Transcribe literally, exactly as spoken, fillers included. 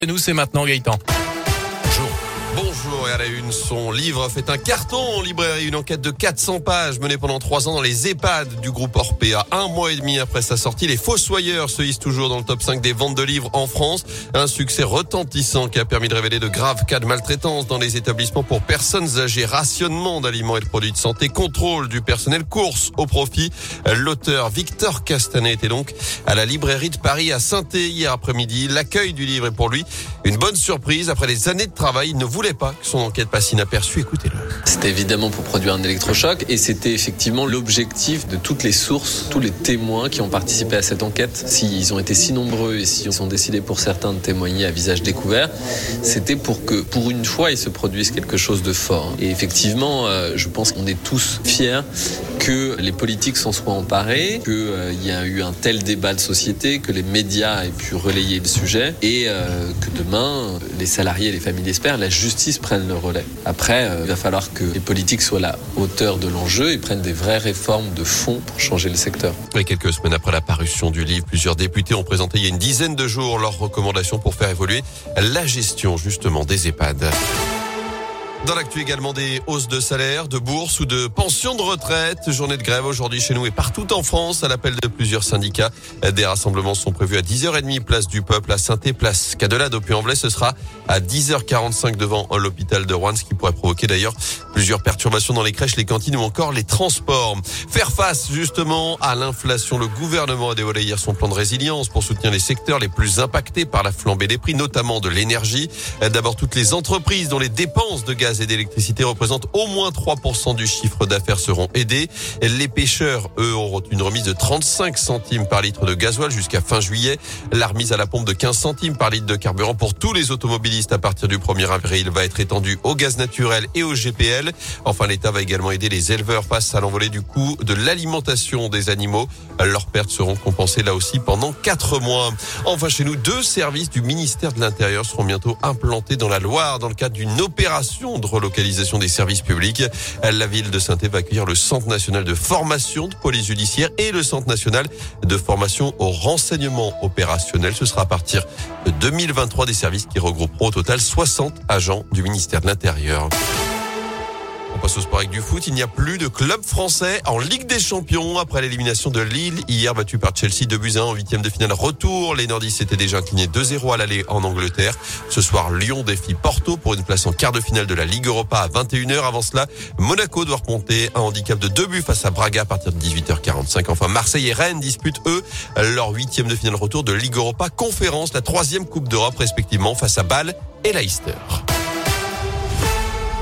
Et nous, c'est maintenant Gaëtan. Bonjour. Bonjour, et à la une, son livre fait un carton en librairie. Une enquête de quatre cents pages menée pendant trois ans dans les EHPAD du groupe Orpea. Un mois et demi après sa sortie, les Fossoyeurs se hissent toujours dans le top cinq des ventes de livres en France. Un succès retentissant qui a permis de révéler de graves cas de maltraitance dans les établissements pour personnes âgées. Rationnement d'aliments et de produits de santé, contrôle du personnel, course au profit. L'auteur Victor Castanet était donc à la librairie de Paris à Saint-Thé hier après-midi. L'accueil du livre est pour lui une bonne surprise. Après des années de travail, il ne voulait pas que son enquête passe inaperçue. Écoutez-le. C'était évidemment pour produire un électrochoc et c'était effectivement l'objectif de toutes les sources, tous les témoins qui ont participé à cette enquête. S'ils ont été si nombreux et s'ils ont décidé pour certains de témoigner à visage découvert, c'était pour que, pour une fois, il se produise quelque chose de fort. Et effectivement, euh, je pense qu'on est tous fiers que les politiques s'en soient emparés, qu'il euh, y a eu un tel débat de société, que les médias aient pu relayer le sujet et euh, que demain, les salariés et les familles l'espèrent, la justice prenne le relais. Après, euh, il va falloir que les politiques soient à la hauteur de l'enjeu et prennent des vraies réformes de fond pour changer le secteur. Et quelques semaines après la parution du livre, plusieurs députés ont présenté il y a une dizaine de jours leurs recommandations pour faire évoluer la gestion justement des EHPAD. Dans l'actu également, des hausses de salaire, de bourse ou de pension de retraite. Journée de grève aujourd'hui chez nous et partout en France à l'appel de plusieurs syndicats. Des rassemblements sont prévus à dix heures trente, place du Peuple, à Saint-Thé, place Cadelade, au Puy-en-Velay. Ce sera à dix heures quarante-cinq devant l'hôpital de Rouen, ce qui pourrait provoquer d'ailleurs plusieurs perturbations dans les crèches, les cantines ou encore les transports. Faire face justement à l'inflation, le gouvernement a dévoilé hier son plan de résilience pour soutenir les secteurs les plus impactés par la flambée des prix, notamment de l'énergie. D'abord, toutes les entreprises dont les dépenses de gaz et d'électricité représentent au moins trois pour cent du chiffre d'affaires seront aidés. Les pêcheurs, eux, auront une remise de trente-cinq centimes par litre de gasoil jusqu'à fin juillet. La remise à la pompe de quinze centimes par litre de carburant pour tous les automobilistes à partir du premier avril va être étendue au gaz naturel et au G P L. Enfin, l'État va également aider les éleveurs face à l'envolée du coût de l'alimentation des animaux. Leurs pertes seront compensées là aussi pendant quatre mois. Enfin, chez nous, deux services du ministère de l'Intérieur seront bientôt implantés dans la Loire dans le cadre d'une opération de relocalisation des services publics. La ville de Saint-Thé va accueillir le Centre national de formation de police judiciaire et le Centre national de formation au renseignement opérationnel. Ce sera à partir de deux mille vingt-trois des services qui regrouperont au total soixante agents du ministère de l'Intérieur. On passe au sport avec du foot. Il n'y a plus de club français en Ligue des Champions après l'élimination de Lille hier battu par Chelsea deux buts à un en huitième de finale retour. Les Nordistes s'étaient déjà inclinés deux zéro à l'aller en Angleterre. Ce soir, Lyon défie Porto pour une place en quart de finale de la Ligue Europa à vingt et une heures. Avant cela, Monaco doit remonter un handicap de deux buts face à Braga à partir de dix-huit heures quarante-cinq. Enfin, Marseille et Rennes disputent eux leur huitième de finale retour de Ligue Europa Conférence, la troisième Coupe d'Europe respectivement face à Bâle et Leicester.